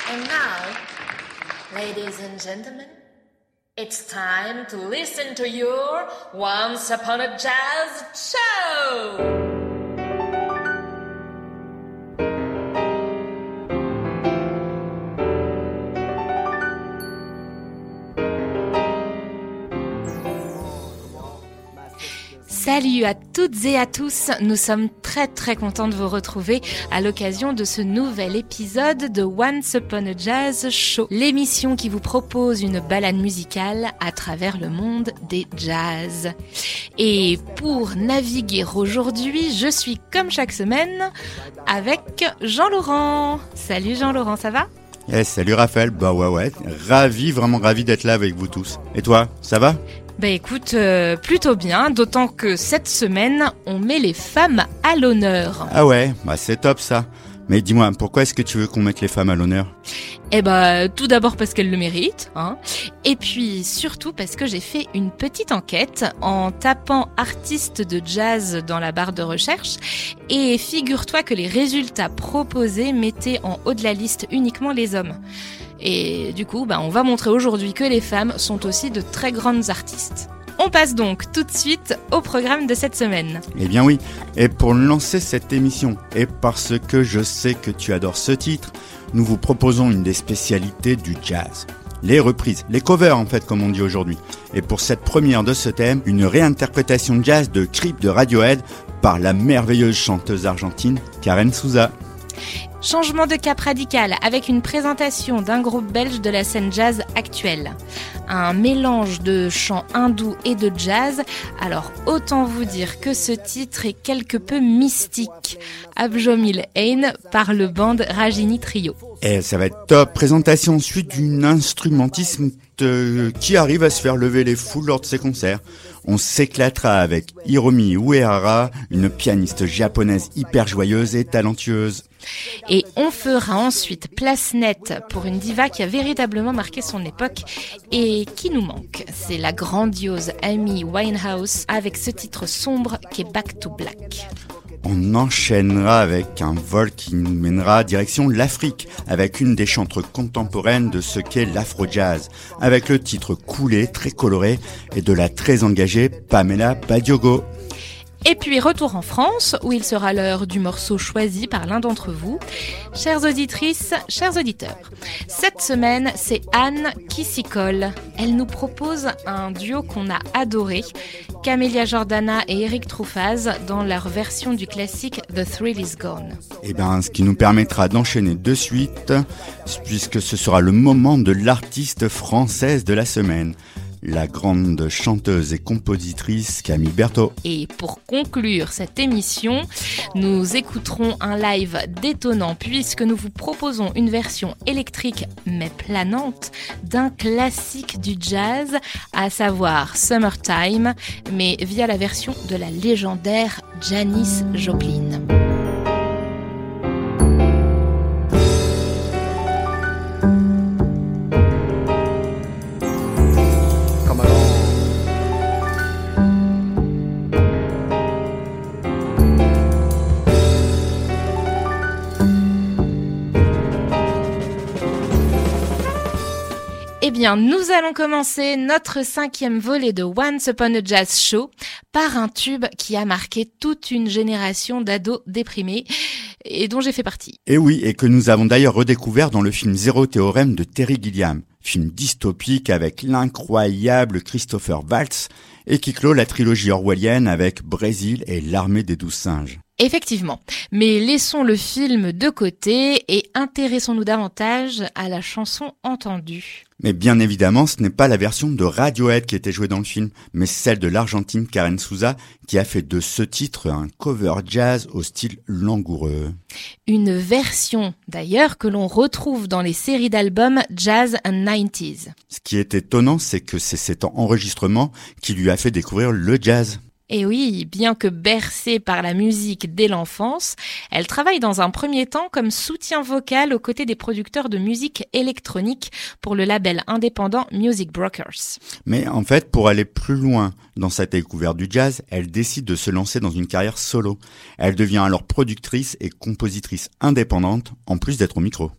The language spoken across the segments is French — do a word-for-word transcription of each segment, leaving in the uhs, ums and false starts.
And now, ladies and gentlemen, it's time to listen to your Once Upon a Jazz show! Salut à toutes et à tous, nous sommes très très contents de vous retrouver à l'occasion de ce nouvel épisode de Once Upon a Jazz Show, l'émission qui vous propose une balade musicale à travers le monde des jazz. Et pour naviguer aujourd'hui, je suis comme chaque semaine avec Jean-Laurent. Salut Jean-Laurent, ça va ? Eh, salut Raphaël, bah ouais ouais, ravi, vraiment ravi d'être là avec vous tous. Et toi, ça va ? Bah écoute, euh, plutôt bien, d'autant que cette semaine, on met les femmes à l'honneur. Ah ouais, bah c'est top ça. Mais dis-moi, pourquoi est-ce que tu veux qu'on mette les femmes à l'honneur ? Eh bah, tout d'abord parce qu'elles le méritent, hein. Et puis surtout parce que j'ai fait une petite enquête en tapant artistes de jazz dans la barre de recherche. Et figure-toi que les résultats proposés mettaient en haut de la liste uniquement les hommes. Et du coup, bah, on va montrer aujourd'hui que les femmes sont aussi de très grandes artistes. On passe donc tout de suite au programme de cette semaine. Eh bien oui, et pour lancer cette émission, et parce que je sais que tu adores ce titre, nous vous proposons une des spécialités du jazz. Les reprises, les covers en fait comme on dit aujourd'hui. Et pour cette première de ce thème, une réinterprétation jazz de Creep de Radiohead par la merveilleuse chanteuse argentine Karen Souza. Changement de cap radical avec une présentation d'un groupe belge de la scène jazz actuelle. Un mélange de chants hindous et de jazz, alors autant vous dire que ce titre est quelque peu mystique. Abjomil Ain par le band Rajini Trio. Et ça va être top. Présentation ensuite d'une instrumentiste euh, qui arrive à se faire lever les foules lors de ses concerts. On s'éclatera avec Hiromi Uehara, une pianiste japonaise hyper joyeuse et talentueuse. Et on fera ensuite place nette pour une diva qui a véritablement marqué son époque et qui nous manque. C'est la grandiose Amy Winehouse avec ce titre sombre qui est Back to Black. On enchaînera avec un vol qui nous mènera direction l'Afrique, avec une des chanteuses contemporaines de ce qu'est l'afro-jazz, avec le titre coulé, très coloré, et de la très engagée Pamela Badiogo. Et puis retour en France, où il sera l'heure du morceau choisi par l'un d'entre vous. Chères auditrices, chers auditeurs, cette semaine, c'est Anne qui s'y colle. Elle nous propose un duo qu'on a adoré, Camélia Jordana et Eric Truffaz, dans leur version du classique The Thrill Is Gone. Et ben, ce qui nous permettra d'enchaîner de suite, puisque ce sera le moment de l'artiste française de la semaine. La grande chanteuse et compositrice Camille Berthaud. Et pour conclure cette émission, nous écouterons un live détonnant puisque nous vous proposons une version électrique mais planante d'un classique du jazz, à savoir Summertime, mais via la version de la légendaire Janis Joplin. Eh bien, nous allons commencer notre cinquième volet de Once Upon a Jazz Show par un tube qui a marqué toute une génération d'ados déprimés et dont j'ai fait partie. Et oui, et que nous avons d'ailleurs redécouvert dans le film Zéro Théorème de Terry Gilliam, film dystopique avec l'incroyable Christopher Waltz et qui clôt la trilogie orwellienne avec Brésil et l'armée des douze singes. Effectivement, mais laissons le film de côté et intéressons-nous davantage à la chanson entendue. Mais bien évidemment, ce n'est pas la version de Radiohead qui était jouée dans le film, mais celle de l'Argentine Karen Souza qui a fait de ce titre un cover jazz au style langoureux. Une version d'ailleurs que l'on retrouve dans les séries d'albums Jazz and nineties. Ce qui est étonnant, c'est que c'est cet enregistrement qui lui a fait découvrir le jazz. Et oui, bien que bercée par la musique dès l'enfance, elle travaille dans un premier temps comme soutien vocal aux côtés des producteurs de musique électronique pour le label indépendant Music Brokers. Mais en fait, pour aller plus loin dans sa découverte du jazz, elle décide de se lancer dans une carrière solo. Elle devient alors productrice et compositrice indépendante, en plus d'être au micro.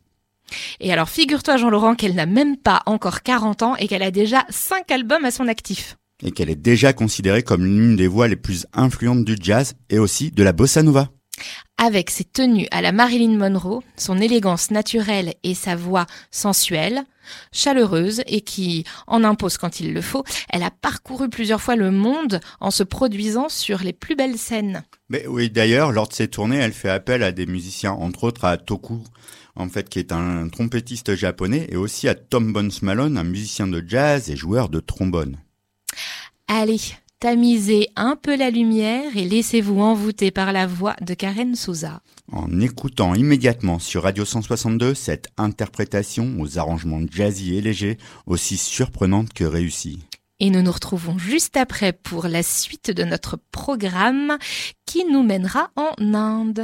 Et alors, figure-toi, Jean-Laurent, qu'elle n'a même pas encore quarante ans et qu'elle a déjà cinq albums à son actif. Et qu'elle est déjà considérée comme l'une des voix les plus influentes du jazz et aussi de la bossa nova. Avec ses tenues à la Marilyn Monroe, son élégance naturelle et sa voix sensuelle, chaleureuse et qui en impose quand il le faut, elle a parcouru plusieurs fois le monde en se produisant sur les plus belles scènes. Mais oui, d'ailleurs, lors de ses tournées, elle fait appel à des musiciens, entre autres à Toku, en fait, qui est un trompettiste japonais, et aussi à Tom Bones Malone, un musicien de jazz et joueur de trombone. Allez, tamisez un peu la lumière et laissez-vous envoûter par la voix de Karen Souza. En écoutant immédiatement sur Radio cent soixante-deux cette interprétation aux arrangements jazzy et légers, aussi surprenante que réussie. Et nous nous retrouvons juste après pour la suite de notre programme qui nous mènera en Inde.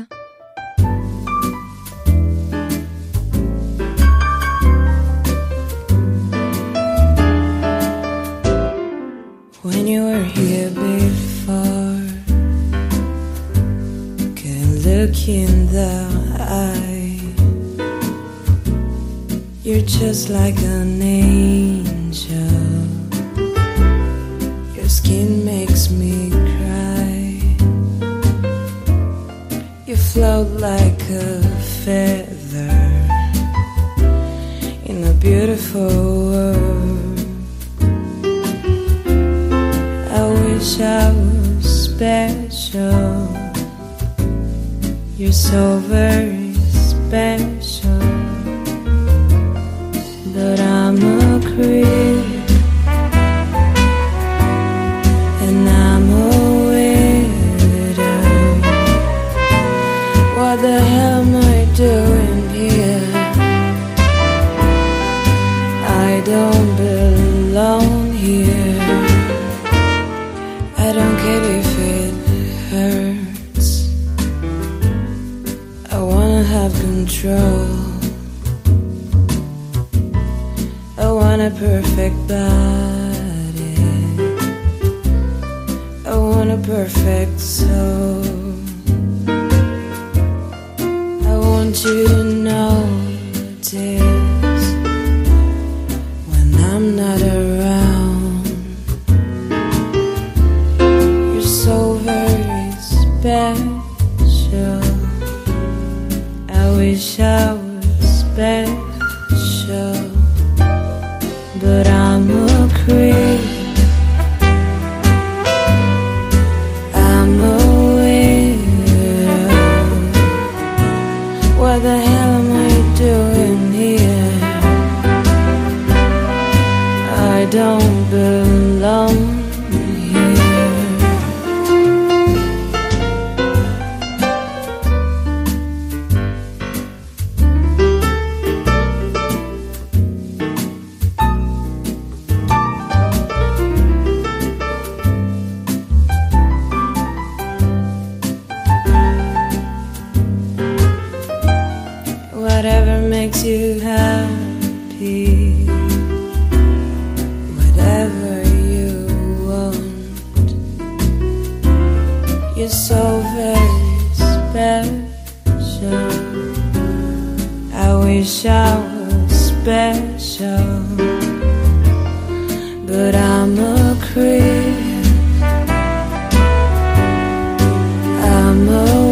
When you were here before, can look in the eye. You're just like an angel. Your skin makes me cry. You float like a feather in a beautiful world. I wish I was special. You're so very special. But I'm a creep, and I'm a widow. What the hell am I doing here? I don't belong here. I don't care if it hurts. I wanna have control. I want a perfect body. I want a perfect soul. I want you to notice when I'm not around. So very special. I wish I was special, but I'm a creep. I'm a widow. What the hell am I doing here? I don't belong. Whatever makes you happy, whatever you want. You're so very special. I wish I was special, but I'm a creep. I'm a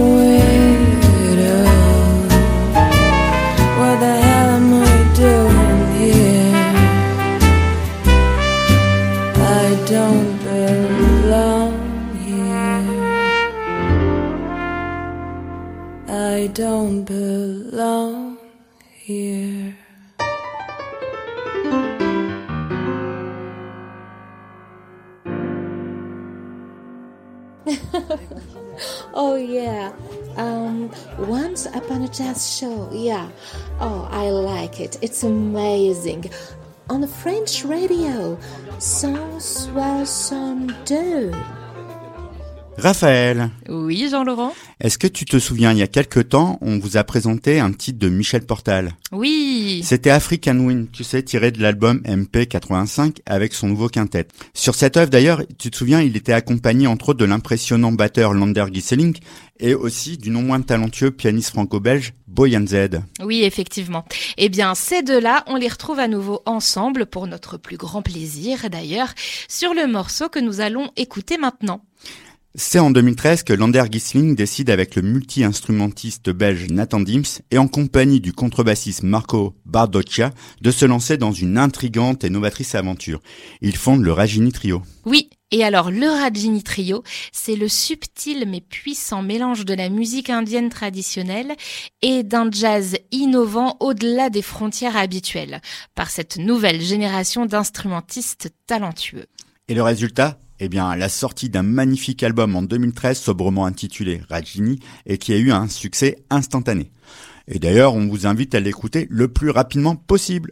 don't belong here. I don't belong here. Oh yeah, um, Once Upon a Jazz Show, yeah. Oh, I like it. It's amazing. On the French radio, cent soixante-deux. Raphaël, Oui, Jean-Laurent? est-ce que tu te souviens, il y a quelque temps, on vous a présenté un titre de Michel Portal. Oui. C'était African Wind, tu sais, tiré de l'album M P quatre-vingt-cinq avec son nouveau quintet. Sur cette œuvre d'ailleurs, tu te souviens, il était accompagné entre autres de l'impressionnant batteur Lander Gieseling et aussi du non moins talentueux pianiste franco-belge Boyan Z. Oui, effectivement. Eh bien, ces deux-là, on les retrouve à nouveau ensemble, pour notre plus grand plaisir d'ailleurs, sur le morceau que nous allons écouter maintenant. C'est en deux mille treize que Lander Gieseling décide avec le multi-instrumentiste belge Nathan Dims et en compagnie du contrebassiste Marco Bardocchia de se lancer dans une intrigante et novatrice aventure. Ils fondent le Ragini Trio. Oui, et alors le Ragini Trio, c'est le subtil mais puissant mélange de la musique indienne traditionnelle et d'un jazz innovant au-delà des frontières habituelles, par cette nouvelle génération d'instrumentistes talentueux. Et le résultat ? Eh bien, la sortie d'un magnifique album en deux mille treize sobrement intitulé Ragini et qui a eu un succès instantané. Et d'ailleurs, on vous invite à l'écouter le plus rapidement possible.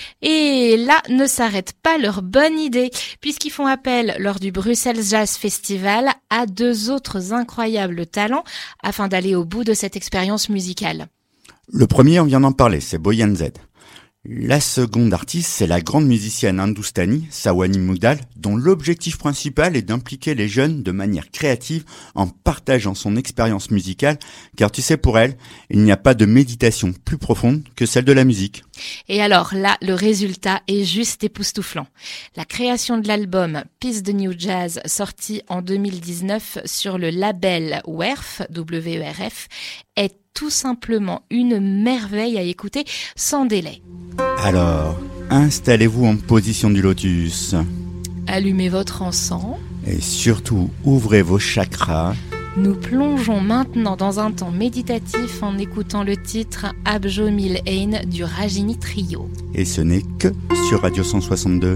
Et là ne s'arrête pas leur bonne idée, puisqu'ils font appel lors du Bruxelles Jazz Festival à deux autres incroyables talents afin d'aller au bout de cette expérience musicale. Le premier, on vient d'en parler, c'est Boyan Z. La seconde artiste, c'est la grande musicienne hindoustanie, Sawani Mugdal, dont l'objectif principal est d'impliquer les jeunes de manière créative en partageant son expérience musicale, car tu sais, pour elle, il n'y a pas de méditation plus profonde que celle de la musique. Et alors là, le résultat est juste époustouflant. La création de l'album Peace the New Jazz, sorti en deux mille dix-neuf sur le label W E R F, W E R F, est tout simplement une merveille à écouter sans délai. Alors, installez-vous en position du lotus. Allumez votre encens. Et surtout, ouvrez vos chakras. Nous plongeons maintenant dans un temps méditatif en écoutant le titre Abjo Mil Ain du Ragini Trio. Et ce n'est que sur Radio cent soixante-deux.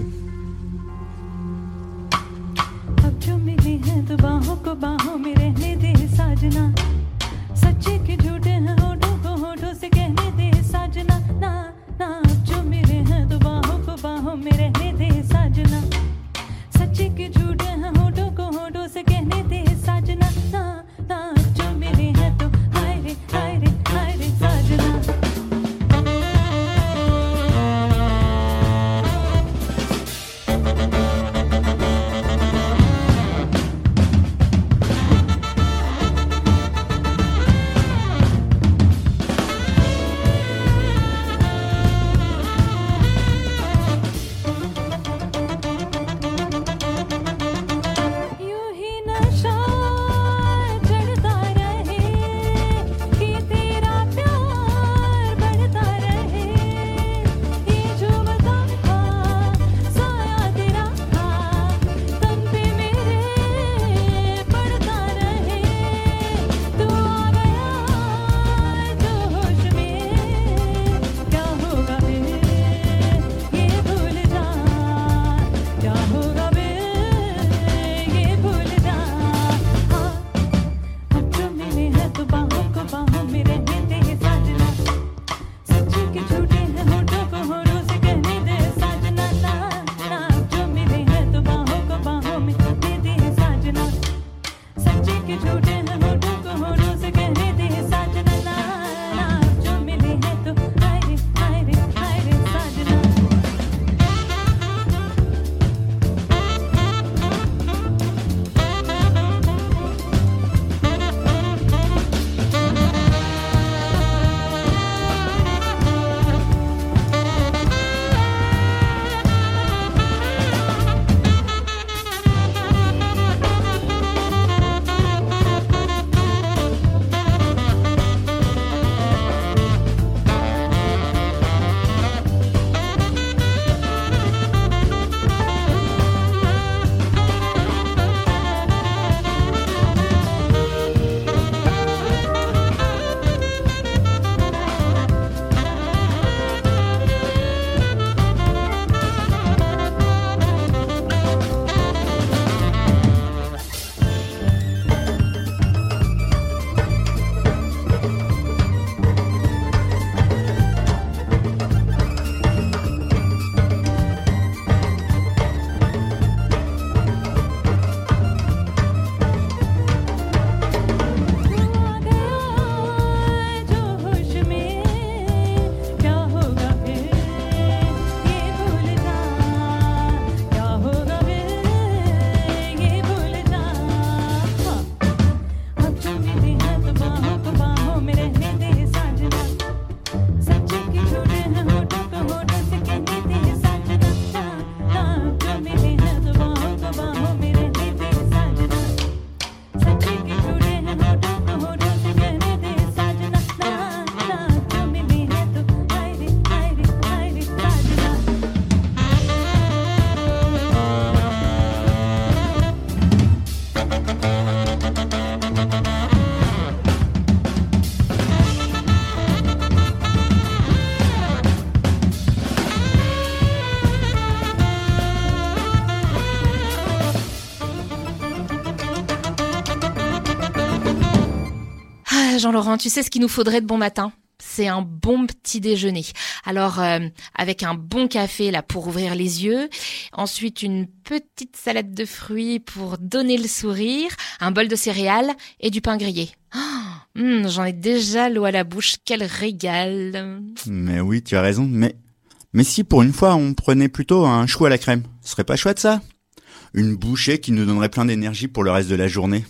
Jean-Laurent, tu sais ce qu'il nous faudrait de bon matin ? C'est un bon petit déjeuner. Alors, euh, avec un bon café là pour ouvrir les yeux, ensuite une petite salade de fruits pour donner le sourire, un bol de céréales et du pain grillé. Oh, mmh, j'en ai déjà l'eau à la bouche, quel régal. Mais oui, tu as raison, mais... Mais si pour une fois on prenait plutôt un chou à la crème, ce serait pas chouette ça ? Une bouchée qui nous donnerait plein d'énergie pour le reste de la journée.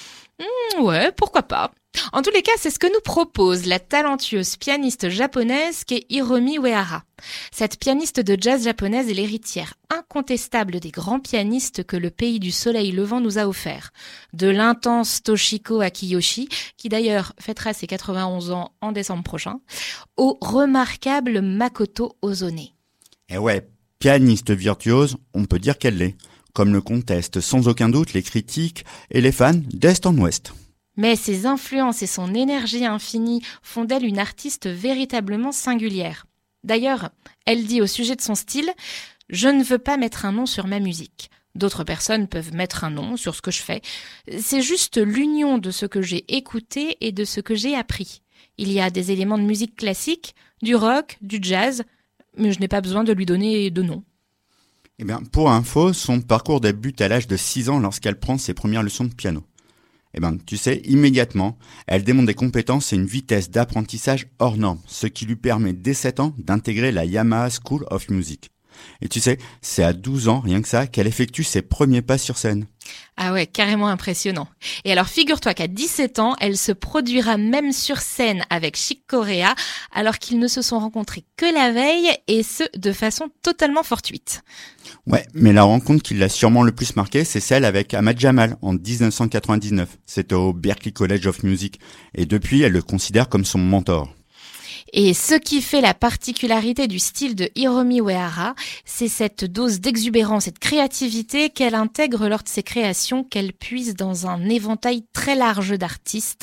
Mmh, ouais, pourquoi pas. En tous les cas, c'est ce que nous propose la talentueuse pianiste japonaise qu'est Hiromi Uehara. Cette pianiste de jazz japonaise est l'héritière incontestable des grands pianistes que le pays du soleil levant nous a offerts. De l'intense Toshiko Akiyoshi, qui d'ailleurs fêtera ses quatre-vingt-onze ans en décembre prochain, au remarquable Makoto Ozone. Et ouais, pianiste virtuose, on peut dire qu'elle l'est, comme le contestent sans aucun doute les critiques et les fans d'Est en Ouest. Mais ses influences et son énergie infinie font d'elle une artiste véritablement singulière. D'ailleurs, elle dit au sujet de son style « Je ne veux pas mettre un nom sur ma musique. D'autres personnes peuvent mettre un nom sur ce que je fais. C'est juste l'union de ce que j'ai écouté et de ce que j'ai appris. Il y a des éléments de musique classique, du rock, du jazz, mais je n'ai pas besoin de lui donner de nom. » Eh bien, pour info, son parcours débute à l'âge de six ans lorsqu'elle prend ses premières leçons de piano. Eh ben, tu sais, immédiatement, elle démontre des compétences et une vitesse d'apprentissage hors norme, ce qui lui permet dès sept ans d'intégrer la Yamaha School of Music. Et tu sais, c'est à douze ans, rien que ça, qu'elle effectue ses premiers pas sur scène. Ah ouais, carrément impressionnant. Et alors figure-toi qu'à dix-sept ans, elle se produira même sur scène avec Chick Corea, alors qu'ils ne se sont rencontrés que la veille, et ce, de façon totalement fortuite. Ouais, mais la rencontre qui l'a sûrement le plus marquée, c'est celle avec Ahmad Jamal en dix-neuf cent quatre-vingt-dix-neuf. C'était au Berklee College of Music. Et depuis, elle le considère comme son mentor. Et ce qui fait la particularité du style de Hiromi Uehara, c'est cette dose d'exubérance et de créativité qu'elle intègre lors de ses créations, qu'elle puise dans un éventail très large d'artistes.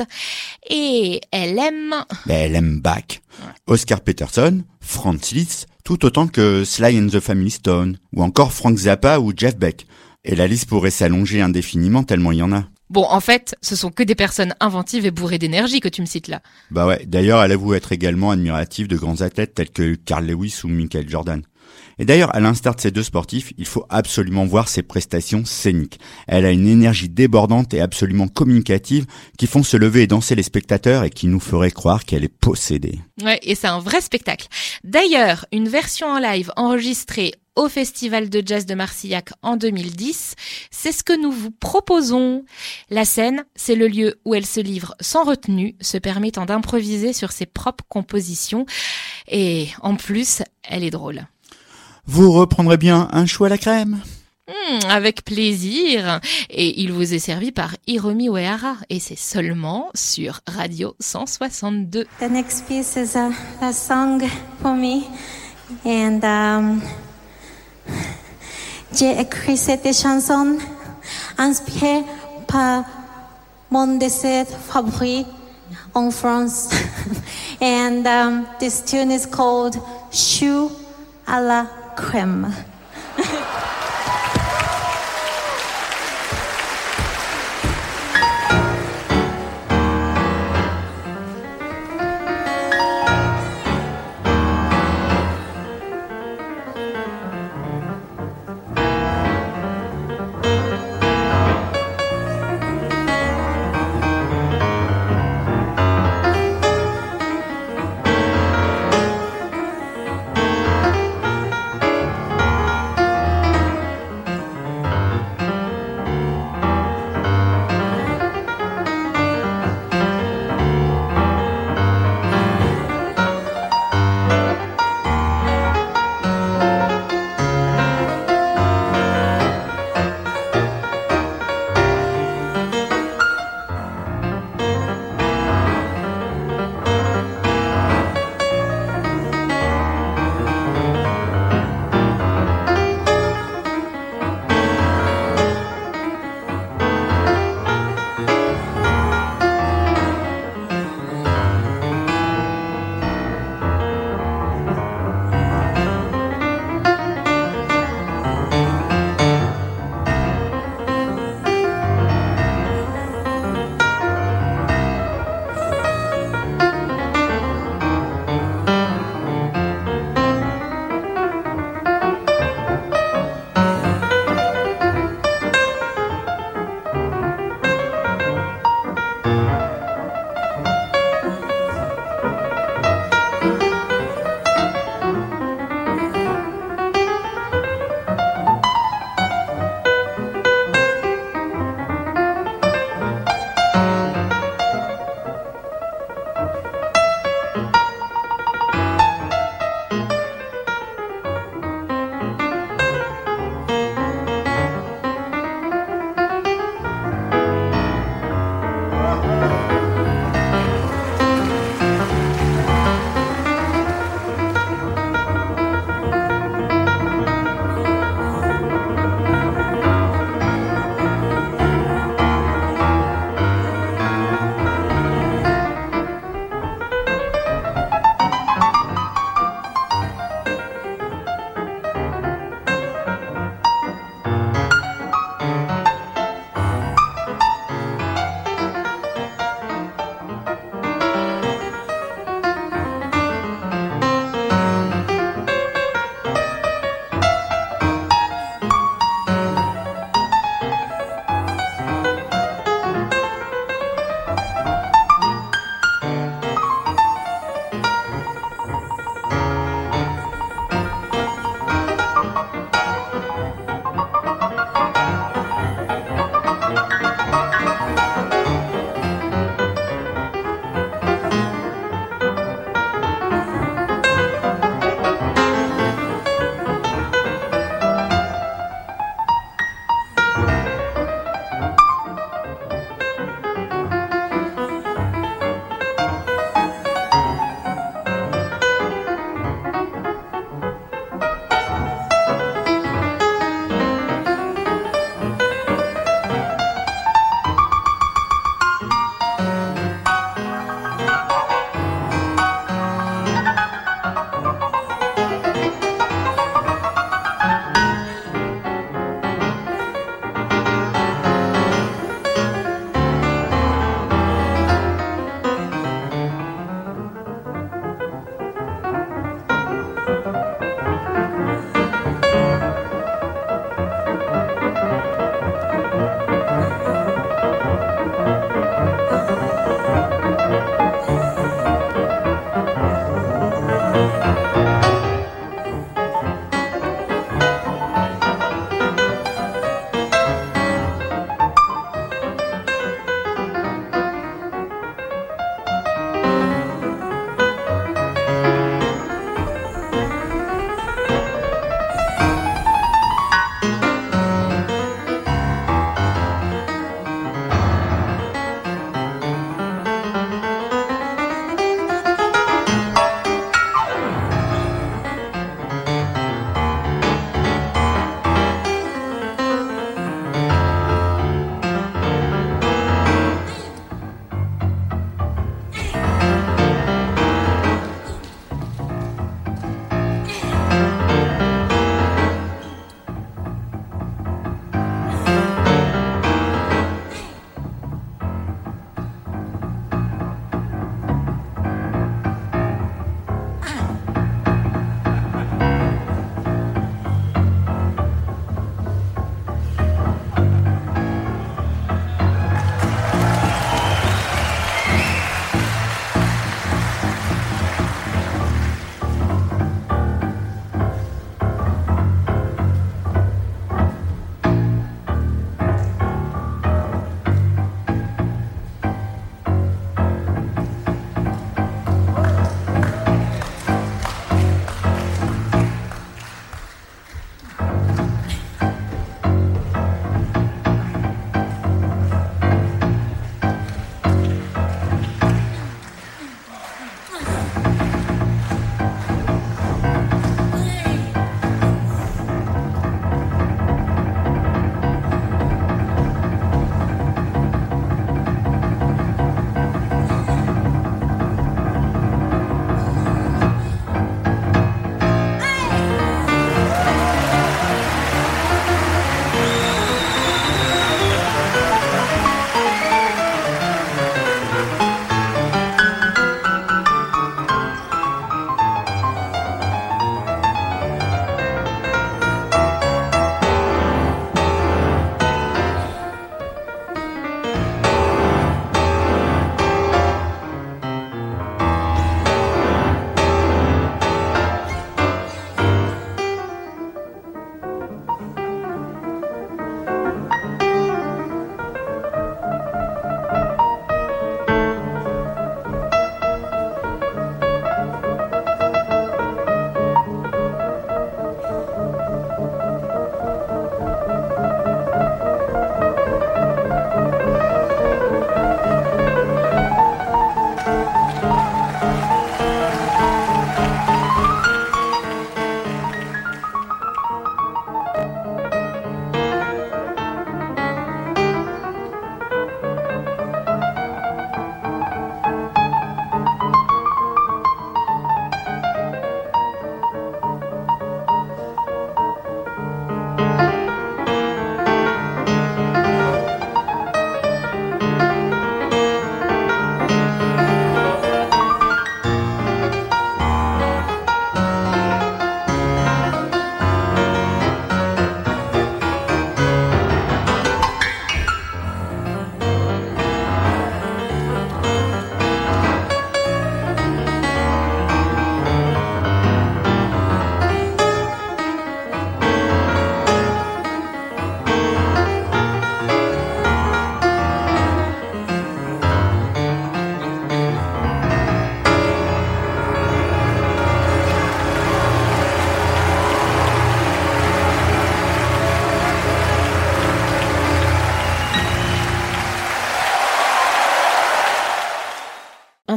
Et elle aime... Ben, elle aime Bach, ouais. Oscar Peterson, Franz Liszt, tout autant que Sly and the Family Stone, ou encore Frank Zappa ou Jeff Beck. Et la liste pourrait s'allonger indéfiniment tellement il y en a. Bon, en fait, ce sont que des personnes inventives et bourrées d'énergie que tu me cites là. Bah ouais, d'ailleurs, elle avoue être également admirative de grands athlètes tels que Carl Lewis ou Michael Jordan. Et d'ailleurs, à l'instar de ces deux sportifs, il faut absolument voir ses prestations scéniques. Elle a une énergie débordante et absolument communicative qui font se lever et danser les spectateurs et qui nous ferait croire qu'elle est possédée. Ouais, et c'est un vrai spectacle. D'ailleurs, une version en live enregistrée au Festival de Jazz de Marcillac en deux mille dix. C'est ce que nous vous proposons. La scène, c'est le lieu où elle se livre sans retenue, se permettant d'improviser sur ses propres compositions. Et en plus, elle est drôle. Vous reprendrez bien un chou à la crème ? Mmh, avec plaisir. Et il vous est servi par Hiromi Uehara. Et c'est seulement sur Radio cent soixante-deux. The next piece is a, a song for me. And... Um... J'ai écrit cette chanson inspirée par mon dessert favori en France. And um, this tune is called Chou à la crème.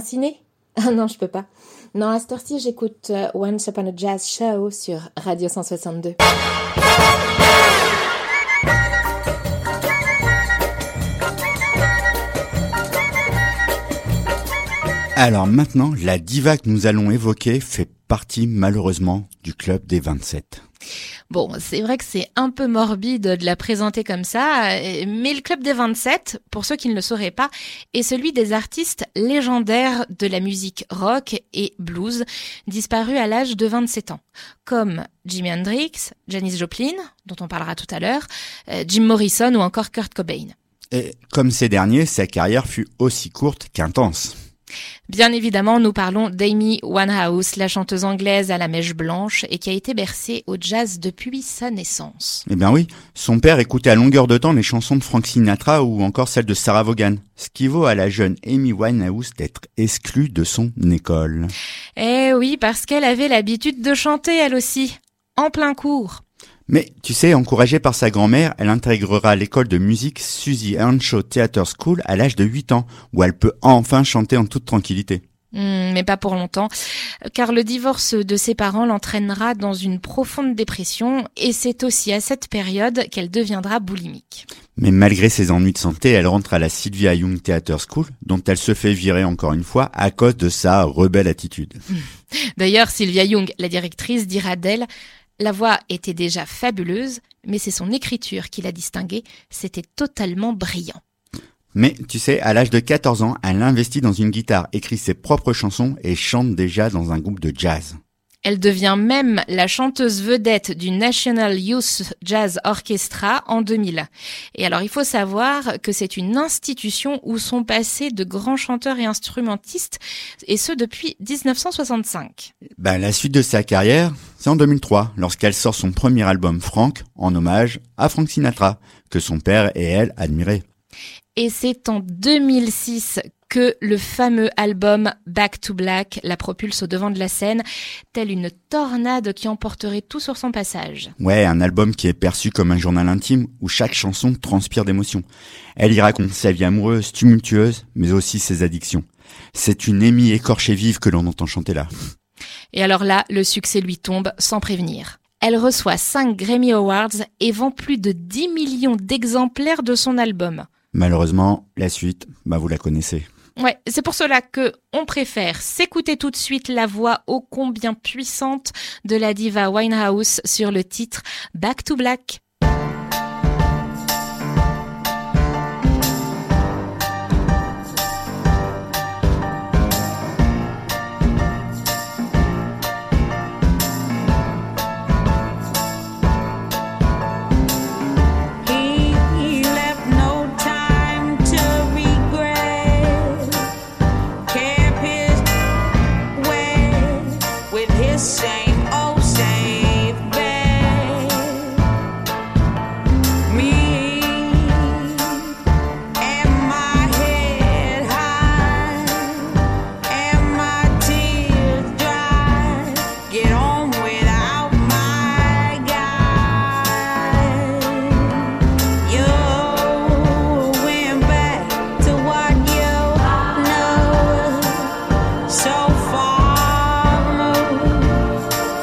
ciné? Ah non, je peux pas. Non, à cette heure-ci, j'écoute euh, Once Upon a Jazz Show sur Radio cent soixante-deux. Alors maintenant, la diva que nous allons évoquer fait partie malheureusement du club des vingt-sept. Bon, c'est vrai que c'est un peu morbide de la présenter comme ça, mais le club des vingt-sept, pour ceux qui ne le sauraient pas, est celui des artistes légendaires de la musique rock et blues, disparus à l'âge de vingt-sept ans, comme Jimi Hendrix, Janis Joplin, dont on parlera tout à l'heure, Jim Morrison ou encore Kurt Cobain. Et comme ces derniers, sa carrière fut aussi courte qu'intense. Bien évidemment, nous parlons d'Amy Winehouse, la chanteuse anglaise à la mèche blanche et qui a été bercée au jazz depuis sa naissance. Eh bien oui, son père écoutait à longueur de temps les chansons de Frank Sinatra ou encore celles de Sarah Vaughan, ce qui vaut à la jeune Amy Winehouse d'être exclue de son école. Eh oui, parce qu'elle avait l'habitude de chanter elle aussi, en plein cours. Mais, tu sais, encouragée par sa grand-mère, elle intégrera l'école de musique Susie Earnshaw Theatre School à l'âge de huit ans, où elle peut enfin chanter en toute tranquillité. Mmh, mais pas pour longtemps, car le divorce de ses parents l'entraînera dans une profonde dépression, et c'est aussi à cette période qu'elle deviendra boulimique. Mais malgré ses ennuis de santé, elle rentre à la Sylvia Young Theatre School, dont elle se fait virer encore une fois à cause de sa rebelle attitude. D'ailleurs, Sylvia Young, la directrice, dira d'elle: la voix était déjà fabuleuse, mais c'est son écriture qui l'a distinguée, c'était totalement brillant. Mais, tu sais, à l'âge de quatorze ans, elle investit dans une guitare, écrit ses propres chansons et chante déjà dans un groupe de jazz. Elle devient même la chanteuse vedette du National Youth Jazz Orchestra en deux mille. Et alors, il faut savoir que c'est une institution où sont passés de grands chanteurs et instrumentistes, et ce depuis dix-neuf cent soixante-cinq. Ben, la suite de sa carrière, c'est en deux mille trois, lorsqu'elle sort son premier album Frank, en hommage à Frank Sinatra, que son père et elle admiraient. Et c'est en deux mille six que le fameux album Back to Black la propulse au devant de la scène, telle une tornade qui emporterait tout sur son passage. Ouais, un album qui est perçu comme un journal intime où chaque chanson transpire d'émotion. Elle y raconte sa vie amoureuse, tumultueuse, mais aussi ses addictions. C'est une Amy écorchée vive que l'on entend chanter là. Et alors là, le succès lui tombe sans prévenir. Elle reçoit cinq Grammy Awards et vend plus de dix millions d'exemplaires de son album. Malheureusement, la suite, bah vous la connaissez. Ouais, c'est pour cela que on préfère s'écouter tout de suite la voix ô combien puissante de la diva Winehouse sur le titre Back to Black. Same old safe bed. Me and my head high and my tears dry. Get on without my guy. You went back to what you know so far.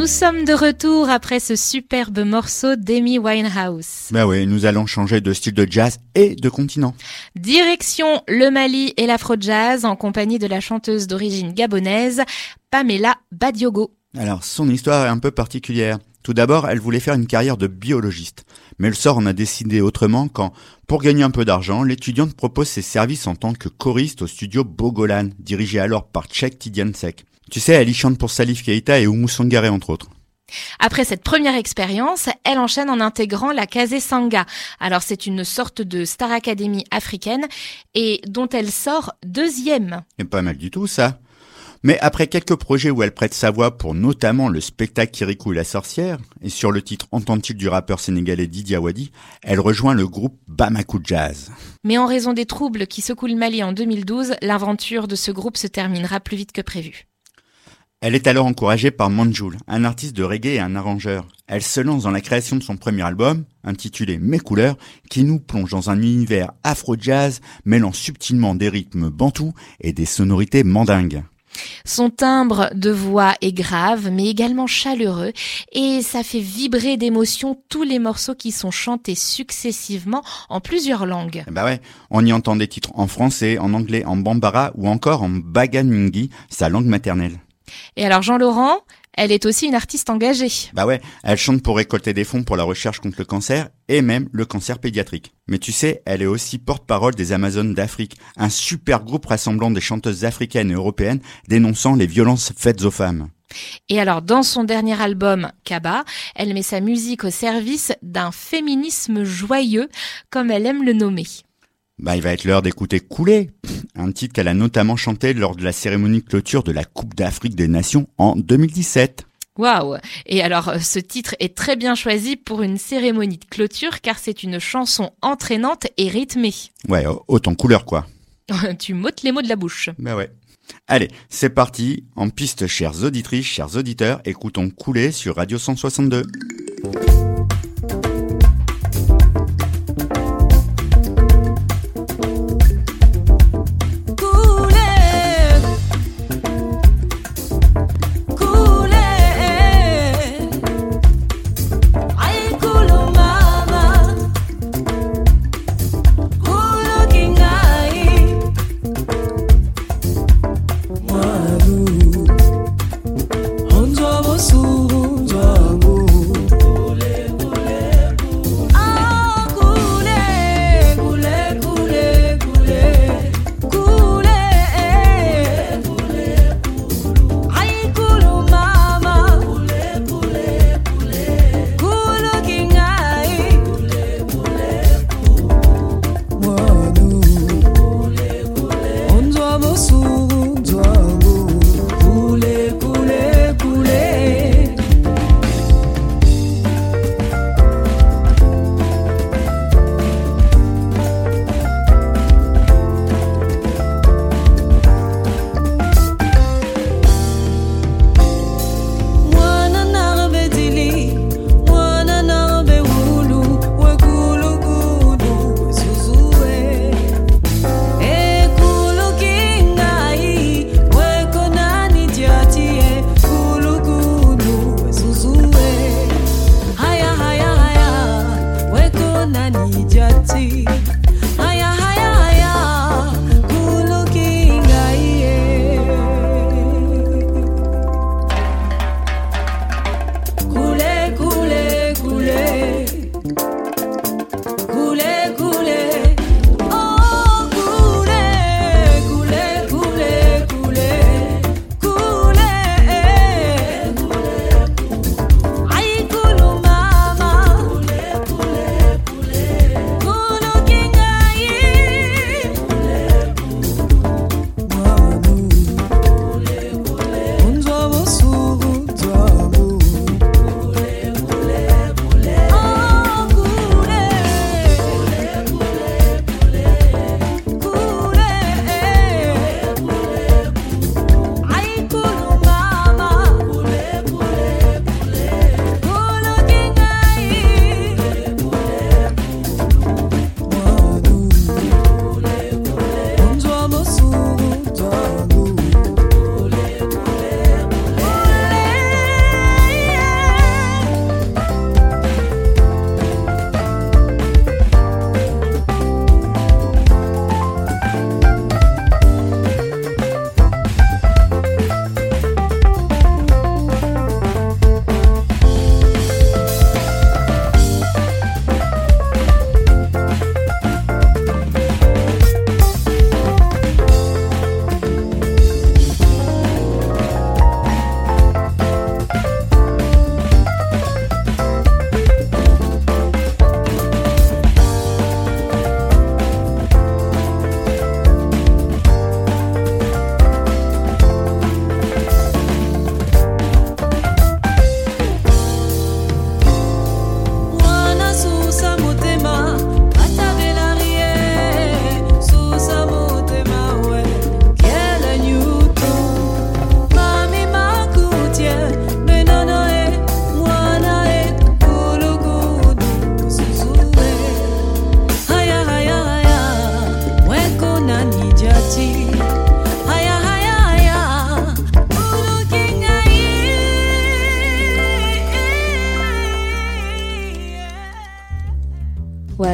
Nous sommes de retour après ce superbe morceau d'Amy Winehouse. Bah oui, nous allons changer de style de jazz et de continent. Direction le Mali et l'afro-jazz en compagnie de la chanteuse d'origine gabonaise, Pamela Badiogo. Alors, son histoire est un peu particulière. Tout d'abord, elle voulait faire une carrière de biologiste. Mais le sort en a décidé autrement quand, pour gagner un peu d'argent, l'étudiante propose ses services en tant que choriste au studio Bogolan, dirigé alors par Tchèque Tidiansek. Tu sais, elle y chante pour Salif Keïta et Oumou Sangaré, entre autres. Après cette première expérience, elle enchaîne en intégrant la Kazé Sanga. Alors c'est une sorte de Star Academy africaine et dont elle sort deuxième. Et pas mal du tout, ça. Mais après quelques projets où elle prête sa voix pour notamment le spectacle Kirikou et la sorcière, et sur le titre Entend-il du rappeur sénégalais Didi Awadi, elle rejoint le groupe Bamako Jazz. Mais en raison des troubles qui secouent le Mali en deux mille douze, l'aventure de ce groupe se terminera plus vite que prévu. Elle est alors encouragée par Manjoul, un artiste de reggae et un arrangeur. Elle se lance dans la création de son premier album, intitulé Mes couleurs, qui nous plonge dans un univers afro-jazz mêlant subtilement des rythmes bantous et des sonorités mandingues. Son timbre de voix est grave, mais également chaleureux, et ça fait vibrer d'émotion tous les morceaux qui sont chantés successivement en plusieurs langues. Bah ouais, on y entend des titres en français, en anglais, en bambara ou encore en baganmingi, sa langue maternelle. Et alors Jean-Laurent, elle est aussi une artiste engagée. Bah ouais, elle chante pour récolter des fonds pour la recherche contre le cancer et même le cancer pédiatrique. Mais tu sais, elle est aussi porte-parole des Amazones d'Afrique, un super groupe rassemblant des chanteuses africaines et européennes dénonçant les violences faites aux femmes. Et alors, dans son dernier album, Kaba, elle met sa musique au service d'un féminisme joyeux, comme elle aime le nommer. Bah, il va être l'heure d'écouter Couler, un titre qu'elle a notamment chanté lors de la cérémonie de clôture de la Coupe d'Afrique des Nations en deux mille dix-sept. Waouh! Et alors, ce titre est très bien choisi pour une cérémonie de clôture car c'est une chanson entraînante et rythmée. Ouais, autant couleur quoi. Tu m'ôtes les mots de la bouche. Bah ouais. Allez, c'est parti. En piste, chères auditrices, chers auditeurs, écoutons Couler sur Radio cent soixante-deux. Onjo bosu, onjo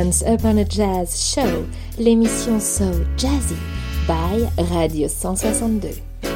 Once Upon a Jazz Show, l'émission So Jazzy by Radio cent soixante-deux.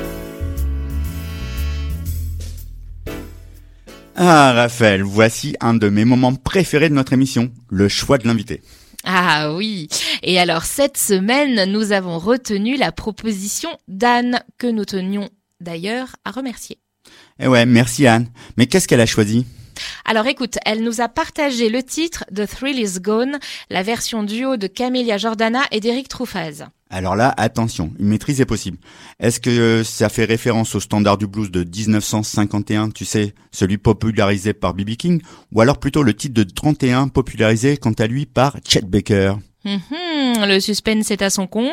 Ah Raphaël, voici un de mes moments préférés de notre émission, le choix de l'invité. Ah oui, et alors cette semaine, nous avons retenu la proposition d'Anne, que nous tenions d'ailleurs à remercier. Eh ouais, merci Anne. Mais qu'est-ce qu'elle a choisi ? Alors écoute, elle nous a partagé le titre The Thrill Is Gone, la version duo de Camelia Jordana et d'Eric Truffaz. Alors là, attention, une maîtrise est possible. Est-ce que ça fait référence au standard du blues de dix-neuf cent cinquante et un, tu sais, celui popularisé par B B King, ou alors plutôt le titre de trente et un popularisé quant à lui par Chet Baker ? Mmh, le suspense est à son comble.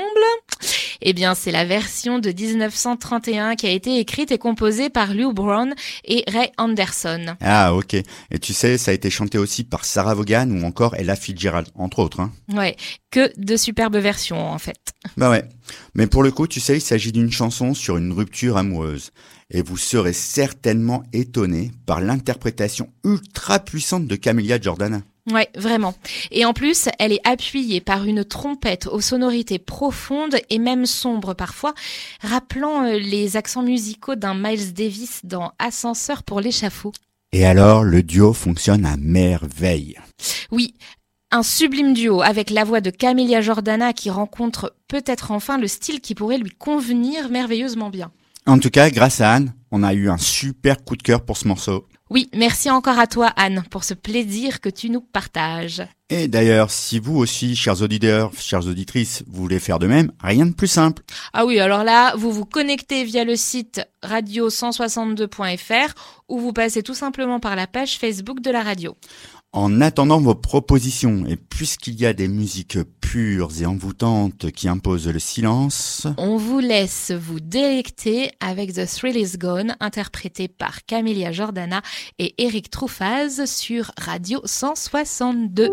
Eh bien, c'est la version de dix-neuf cent trente et un qui a été écrite et composée par Lou Brown et Ray Anderson. Ah, ok. Et tu sais, ça a été chanté aussi par Sarah Vaughan ou encore Ella Fitzgerald, entre autres. Hein. Ouais, que de superbes versions, en fait. Bah ouais. Mais pour le coup, tu sais, il s'agit d'une chanson sur une rupture amoureuse. Et vous serez certainement étonnés par l'interprétation ultra puissante de Camelia Jordana. Ouais, vraiment. Et en plus, elle est appuyée par une trompette aux sonorités profondes et même sombres parfois, rappelant les accents musicaux d'un Miles Davis dans Ascenseur pour l'échafaud. Et alors, le duo fonctionne à merveille. Oui, un sublime duo avec la voix de Camelia Jordana qui rencontre peut-être enfin le style qui pourrait lui convenir merveilleusement bien. En tout cas, grâce à Anne, on a eu un super coup de cœur pour ce morceau. Oui, merci encore à toi Anne pour ce plaisir que tu nous partages. Et d'ailleurs, si vous aussi, chers auditeurs, chères auditrices, vous voulez faire de même, rien de plus simple. Ah oui, alors là, vous vous connectez via le site radio cent soixante-deux point f r ou vous passez tout simplement par la page Facebook de la radio. En attendant vos propositions, et puisqu'il y a des musiques pures et envoûtantes qui imposent le silence, on vous laisse vous délecter avec The Thrill Is Gone, interprété par Camelia Jordana et Eric Truffaz sur Radio cent soixante-deux.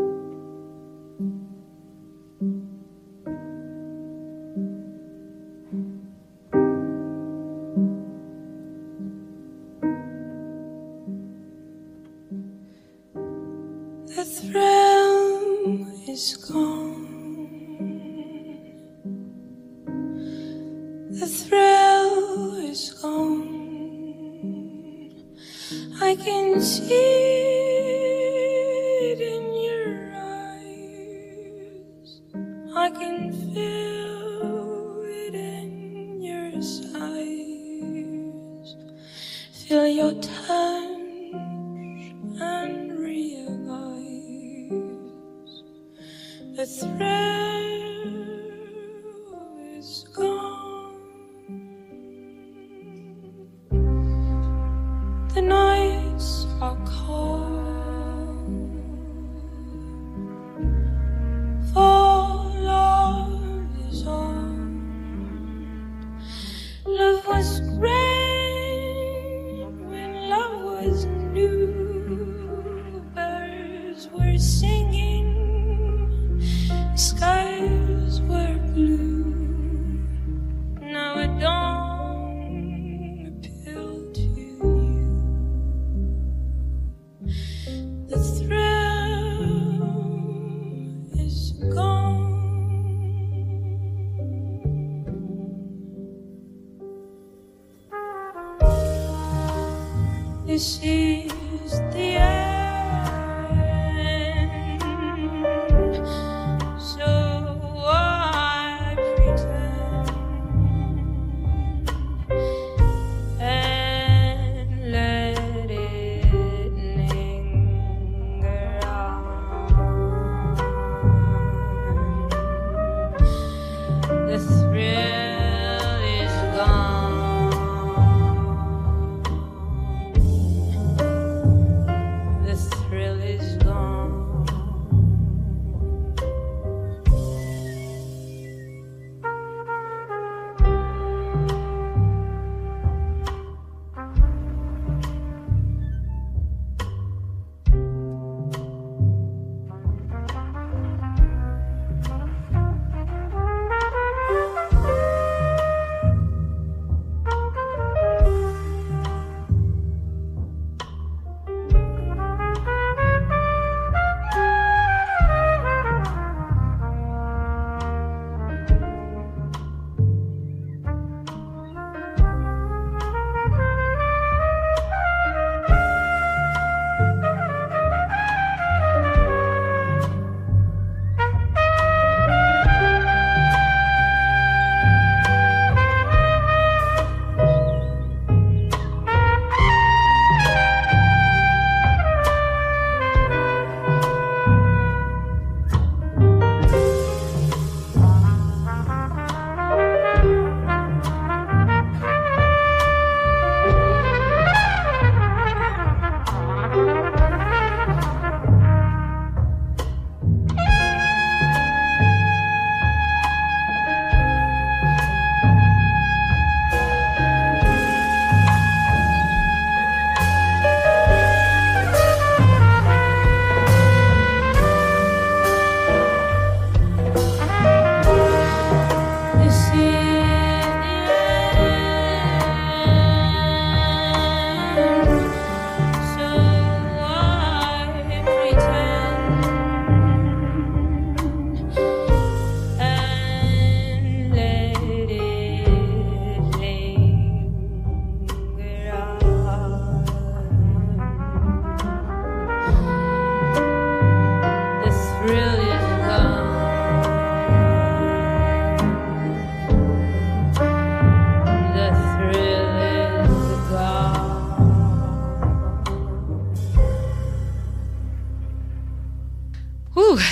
The thrill is gone. The thrill is gone. I can see it in your eyes. I can feel it in your sighs. Feel your touch and realize the thrill is gone. The nights are cold, for love is on. Love was great when love was new. Birds were singing, skies were blue. Now it don't appeal to you. The thrill is gone. This is the end, so I pretend and let it linger on. The thrill is gone.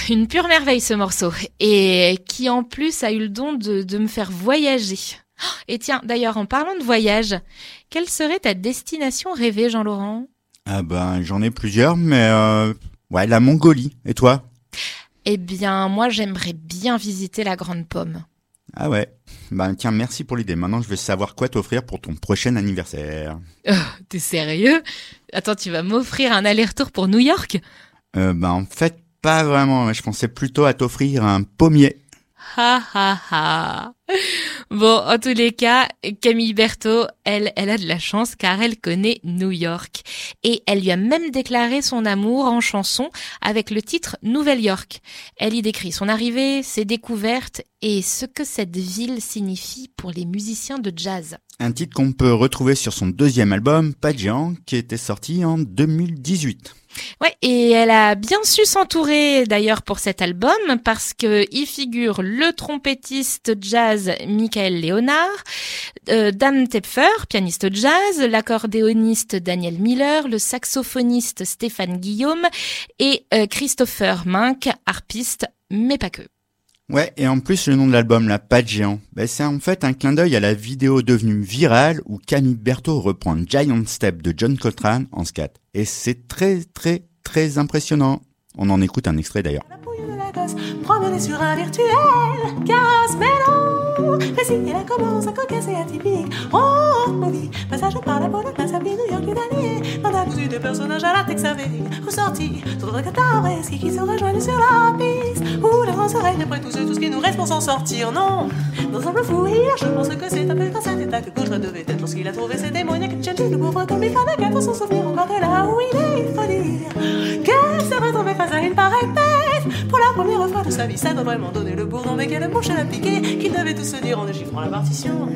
une pure merveille ce morceau, et qui en plus a eu le don de, de me faire voyager. Et tiens, d'ailleurs, en parlant de voyage, quelle serait ta destination rêvée, Jean-Laurent ? Ah ben, j'en ai plusieurs, mais euh, ouais, la Mongolie. Et toi ? Eh bien, moi, j'aimerais bien visiter la Grande Pomme. Ah ouais. Ben tiens, merci pour l'idée. Maintenant, je veux savoir quoi t'offrir pour ton prochain anniversaire. Oh, t'es sérieux ? Attends, tu vas m'offrir un aller-retour pour New York ? Euh, ben en fait, pas vraiment. Je pensais plutôt à t'offrir un pommier. Ha ha ha. Bon, en tous les cas, Camille Berthaud, elle, elle a de la chance car elle connaît New York. Et elle lui a même déclaré son amour en chanson avec le titre Nouvelle York. Elle y décrit son arrivée, ses découvertes et ce que cette ville signifie pour les musiciens de jazz. Un titre qu'on peut retrouver sur son deuxième album, Pas de géant, qui était sorti en deux mille dix-huit. Ouais, et elle a bien su s'entourer d'ailleurs pour cet album parce que y figure le trompettiste jazz Michael Leonard, euh, Dan Tepfer, pianiste jazz, l'accordéoniste Daniel Miller, le saxophoniste Stéphane Guillaume et euh, Christopher Mink, harpiste, mais pas que. Ouais, et en plus, le nom de l'album, La Pas de géant, ben, c'est en fait un clin d'œil à la vidéo devenue virale où Camille Berthaud reprend Giant Step de John Coltrane en scat. Et c'est très, très, très impressionnant. On en écoute un extrait d'ailleurs. La pouille de la gosse, promenée sur un virtuel, carrosse, mais non. Récit, il a commencé à cocasse et atypique. Oh, movie, passage par la peau de place à New York du dernier. Dans la musique des personnages à la Tex Avery, ressortis, tout le cataresque qui se rejoignent sur la piste. Où la France règne après tout, c'est tout ce qui nous reste pour s'en sortir, non. Dans un peu fou rire, je pense que c'est un peu dans cet état que Gauche devait être lorsqu'il a trouvé ses témoignages que Chelsea, le pauvre comme il fallait qu'elle faut s'en souvenir encore de là où il est, il faut dire. Qu'elle s'est retrouvée face à une pareille bête. Pour la première fois de sa vie, ça doit vraiment donner le bourdon, mais quelle bouche elle a piqué, qu'il devait tout se dire en déchiffrant la partition.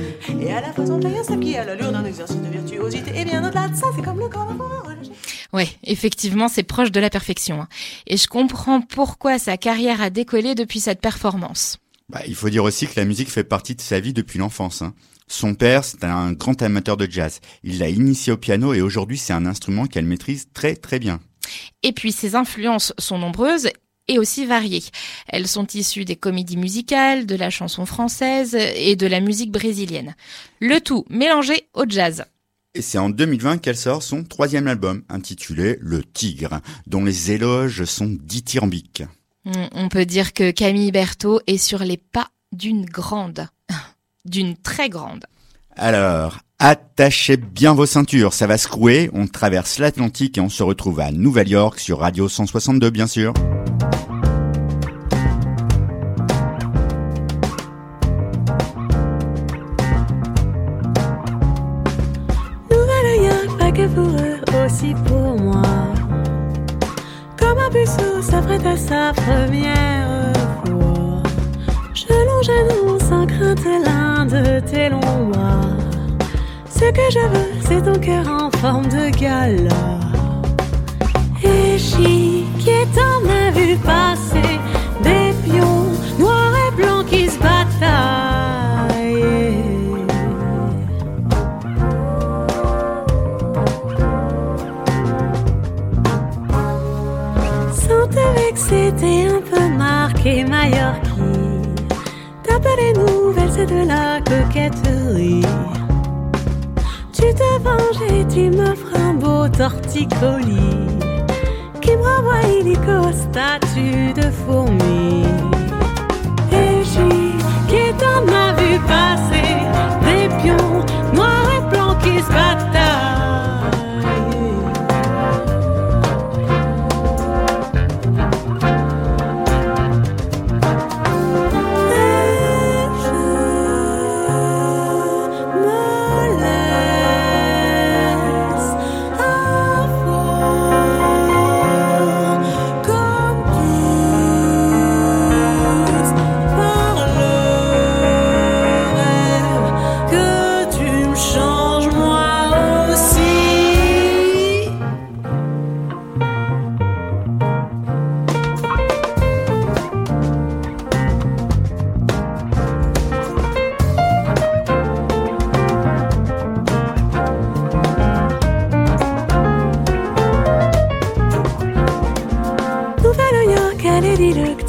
Et à la façon de step qui a l'allure d'un exercice de virtuosité, et bien au-delà de ça, c'est comme le corps d'un pauvre. Ouais, effectivement, c'est proche de la perfection. Hein. Et je comprends pourquoi sa carrière a décollé depuis cette performance. Bah, il faut dire aussi que la musique fait partie de sa vie depuis l'enfance. Hein. Son père, c'est un grand amateur de jazz. Il l'a initié au piano et aujourd'hui, c'est un instrument qu'elle maîtrise très très bien. Et puis, ses influences sont nombreuses et aussi variées. Elles sont issues des comédies musicales, de la chanson française et de la musique brésilienne. Le tout mélangé au jazz. Et c'est en deux mille vingt qu'elle sort son troisième album, intitulé Le Tigre, dont les éloges sont dithyrambiques. On peut dire que Camille Berthaud est sur les pas d'une grande, d'une très grande. Alors, attachez bien vos ceintures, ça va secouer, on traverse l'Atlantique et on se retrouve à Nouvelle-York sur Radio cent soixante-deux, bien sûr. Nouvelle-York, pas que pour eux, aussi pour moi. Comme un puceau s'apprête à sa première fois. Je longe sans crainte l'un de tes longs bras. Ce que je veux, c'est ton cœur en forme de gala. Et chic, et t'en as vu passer des pions noirs et blancs qui se bataillent. Sentais que c'était un peu marqué Mallorquin. T'as pas les nouvelles, c'est de la coquetterie. Tu te venges et tu m'offres un beau torticolis qui me renvoie illico au statut de fourmi. Et j'ai qui t'en a vu passer des pions noirs et blancs qui se bataillent.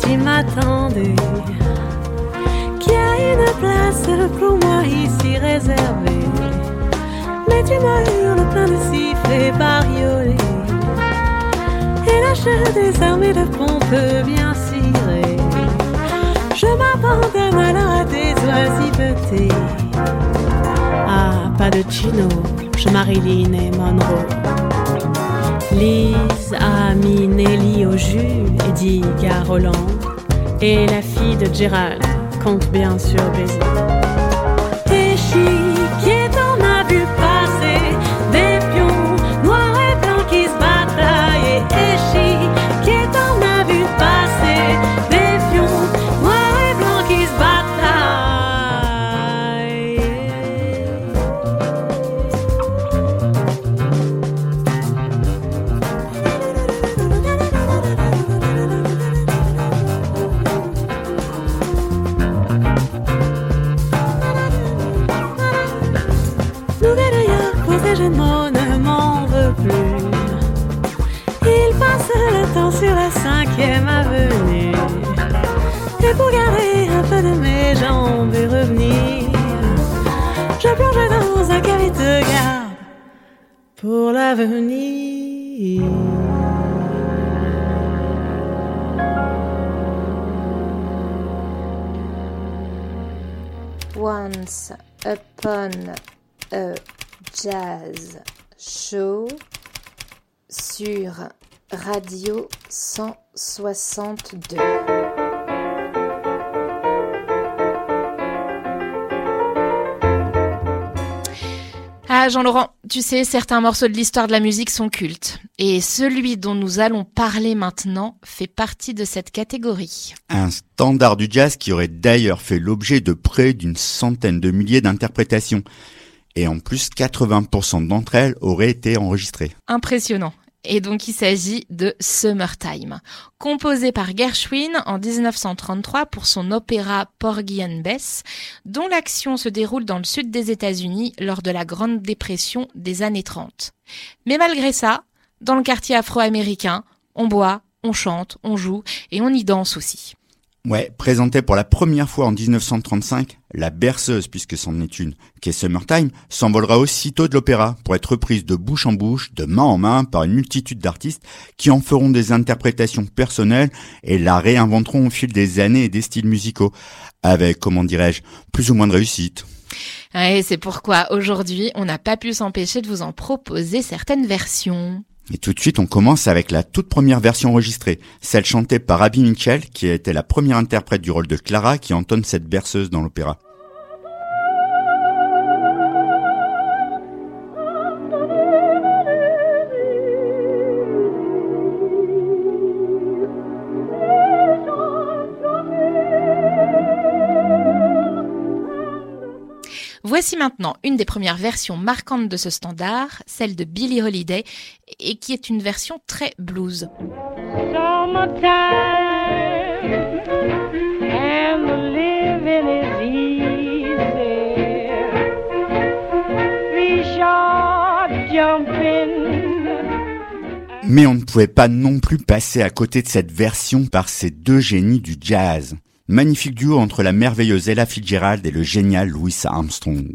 qui m'attendait, qui a une place pour moi ici réservée. Mais tu m'as eu le plein de sifflets bariolés et la chair des armées de pompe bien cirée. Je m'abandonne alors à tes oisivetés. Ah, pas de Chino, je Marilyn et Monroe. Lise a mis Nelly au jus et dit à Roland. Et la fille de Gérald compte bien sur baiser. T'es chic et t'en as vu passer des pions noirs et blancs qui se bataillent. Et chic et t'en as vu passer des pions noirs et blancs qui se bataillent. Gémeaux ne m'en veut plus. Il passe le temps sur la cinquième avenue. Et pour garder un peu de mes jambes et revenir, je plongerai dans un cahier de garde pour l'avenir. Once upon a jazz show sur Radio cent soixante-deux. Ah, Jean-Laurent, tu sais, certains morceaux de l'histoire de la musique sont cultes. Et celui dont nous allons parler maintenant fait partie de cette catégorie. Un standard du jazz qui aurait d'ailleurs fait l'objet de près d'une centaine de milliers d'interprétations. Et en plus, quatre-vingts pour cent d'entre elles auraient été enregistrées. Impressionnant. Et donc il s'agit de Summertime, composé par Gershwin en dix-neuf cent trente-trois pour son opéra Porgy and Bess, dont l'action se déroule dans le sud des États-Unis lors de la Grande Dépression des années trente. Mais malgré ça, dans le quartier afro-américain, on boit, on chante, on joue et on y danse aussi. Ouais, présentée pour la première fois en dix-neuf cent trente-cinq, la berceuse, puisque c'en est une, qui est Summertime, s'envolera aussitôt de l'opéra pour être reprise de bouche en bouche, de main en main par une multitude d'artistes qui en feront des interprétations personnelles et la réinventeront au fil des années et des styles musicaux, avec, comment dirais-je, plus ou moins de réussite. Et c'est pourquoi aujourd'hui, on n'a pas pu s'empêcher de vous en proposer certaines versions. Et tout de suite, on commence avec la toute première version enregistrée, celle chantée par Abby Mitchell, qui a été la première interprète du rôle de Clara qui entonne cette berceuse dans l'opéra. Voici maintenant une des premières versions marquantes de ce standard, celle de Billie Holiday, et qui est une version très blues. Summertime and the living is easy. Fish are jumping. Mais on ne pouvait pas non plus passer à côté de cette version par ces deux génies du jazz. Magnifique duo entre la merveilleuse Ella Fitzgerald et le génial Louis Armstrong.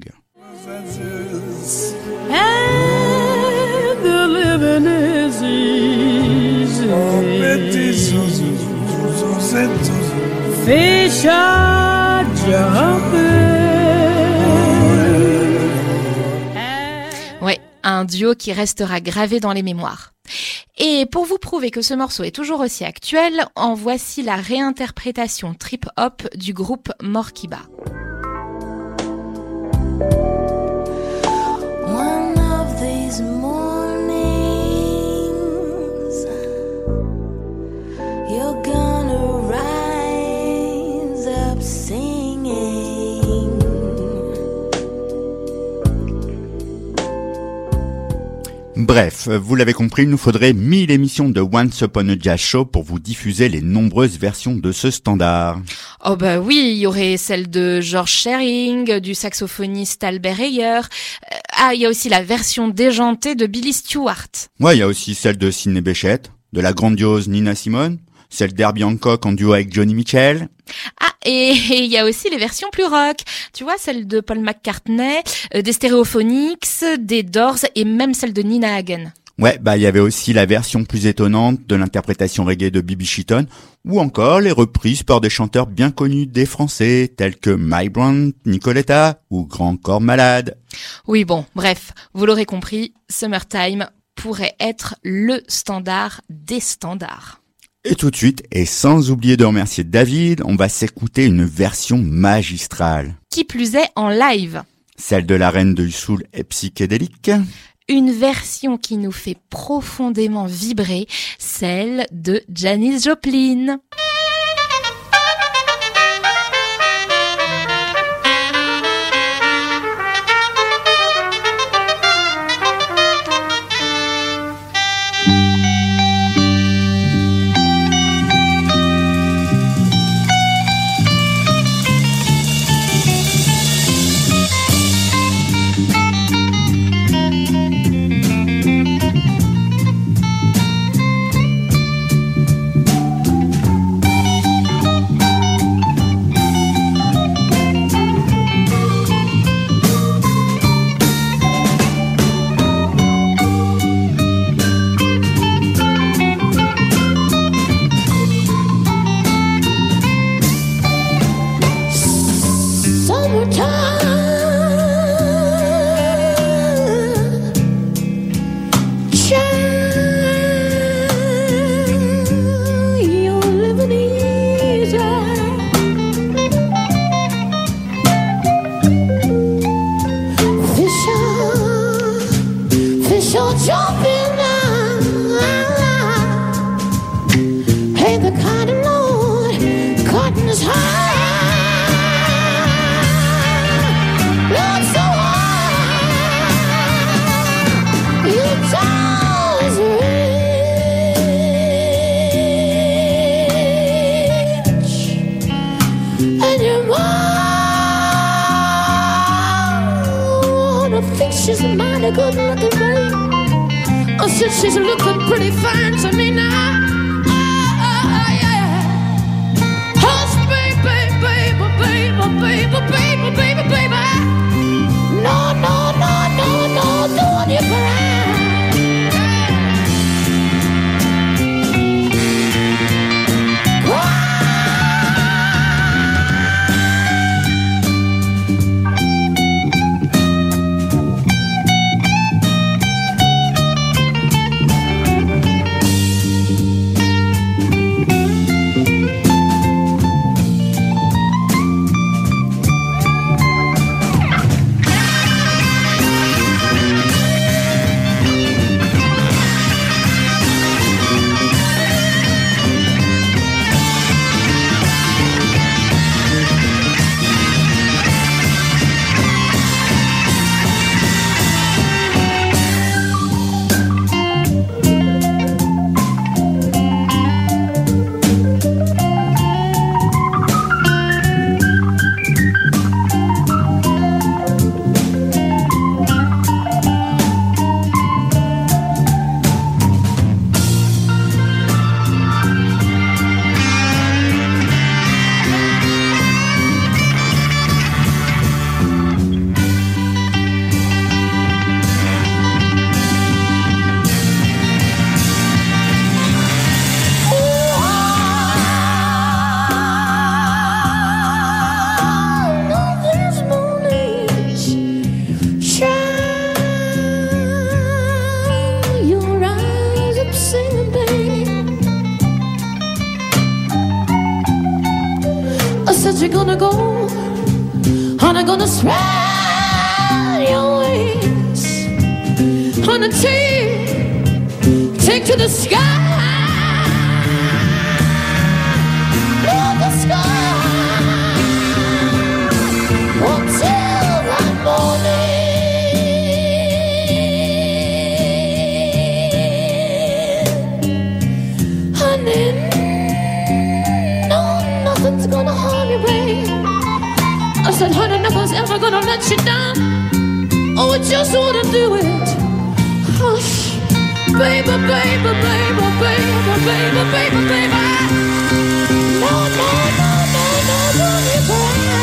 And the living is easy. Fish are jumping. Ouais, un duo qui restera gravé dans les mémoires. Et pour vous prouver que ce morceau est toujours aussi actuel, en voici la réinterprétation trip-hop du groupe Morkiba. One of these mornings, you're gonna rise up singing. Bref, vous l'avez compris, il nous faudrait mille émissions de Once Upon a Jazz Show pour vous diffuser les nombreuses versions de ce standard. Oh bah oui, il y aurait celle de George Shearing, du saxophoniste Albert Ayer. Ah, il y a aussi la version déjantée de Billy Stewart. Ouais, il y a aussi celle de Sidney Bechet, de la grandiose Nina Simone, celle d'Herbie Hancock en duo avec Johnny Mitchell. Ah, et il y a aussi les versions plus rock. Tu vois, celle de Paul McCartney, euh, des Stereophonics, des Doors et même celle de Nina Hagen. Ouais, bah il y avait aussi la version plus étonnante de l'interprétation reggae de B B Sheaton, ou encore les reprises par des chanteurs bien connus des Français, tels que Mike Brown, Nicoletta ou Grand Corps Malade. Oui, bon, bref, vous l'aurez compris, Summertime pourrait être le standard des standards. Et tout de suite, et sans oublier de remercier David, on va s'écouter une version magistrale. Qui plus est en live. Celle de la reine de soul et psychédélique. Une version qui nous fait profondément vibrer, celle de Janis Joplin. She's a mighty good looking babe. Oh, since she's looking pretty fine to me now. Oh, oh, yeah. Hush, baby, baby, baby, baby, baby, baby, baby. No, no, no, no, no, don't you cry. You're gonna go, and I'm gonna spread your wings, on a take, take to the sky, love the sky, until that morning, honey, no, nothing's gonna harm you, babe. I said, honey, nothing's ever gonna let you down. Oh, I just wanna do it. Hush, baby, baby, baby, baby, baby, baby, baby. No, no, no, no, no, don't you cry.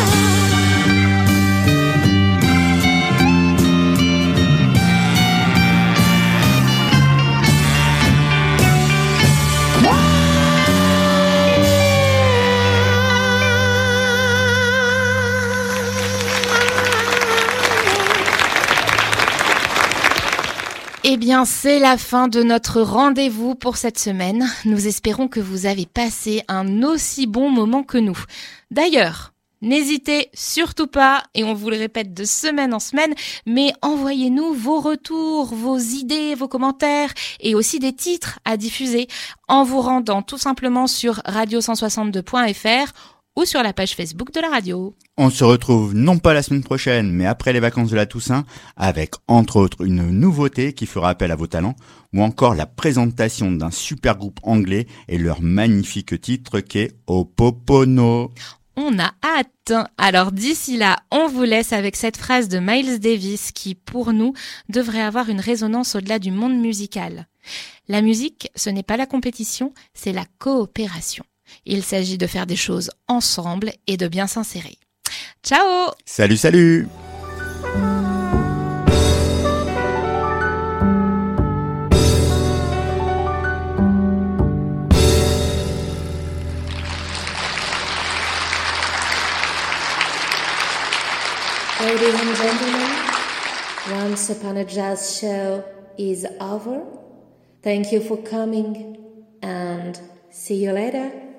Eh bien, c'est la fin de notre rendez-vous pour cette semaine. Nous espérons que vous avez passé un aussi bon moment que nous. D'ailleurs, n'hésitez surtout pas, et on vous le répète de semaine en semaine, mais envoyez-nous vos retours, vos idées, vos commentaires, et aussi des titres à diffuser en vous rendant tout simplement sur radio cent soixante-deux point f r ou sur la page Facebook de la radio. On se retrouve non pas la semaine prochaine, mais après les vacances de la Toussaint, avec entre autres une nouveauté qui fera appel à vos talents, ou encore la présentation d'un super groupe anglais et leur magnifique titre qu'est Opopono. On a hâte. Alors d'ici là, on vous laisse avec cette phrase de Miles Davis qui, pour nous, devrait avoir une résonance au-delà du monde musical. La musique, ce n'est pas la compétition, c'est la coopération. Il s'agit de faire des choses ensemble et de bien s'insérer. Ciao! Salut, salut! Ladies and gentlemen, Once Upon a Jazz show is over. Thank you for coming and see you later.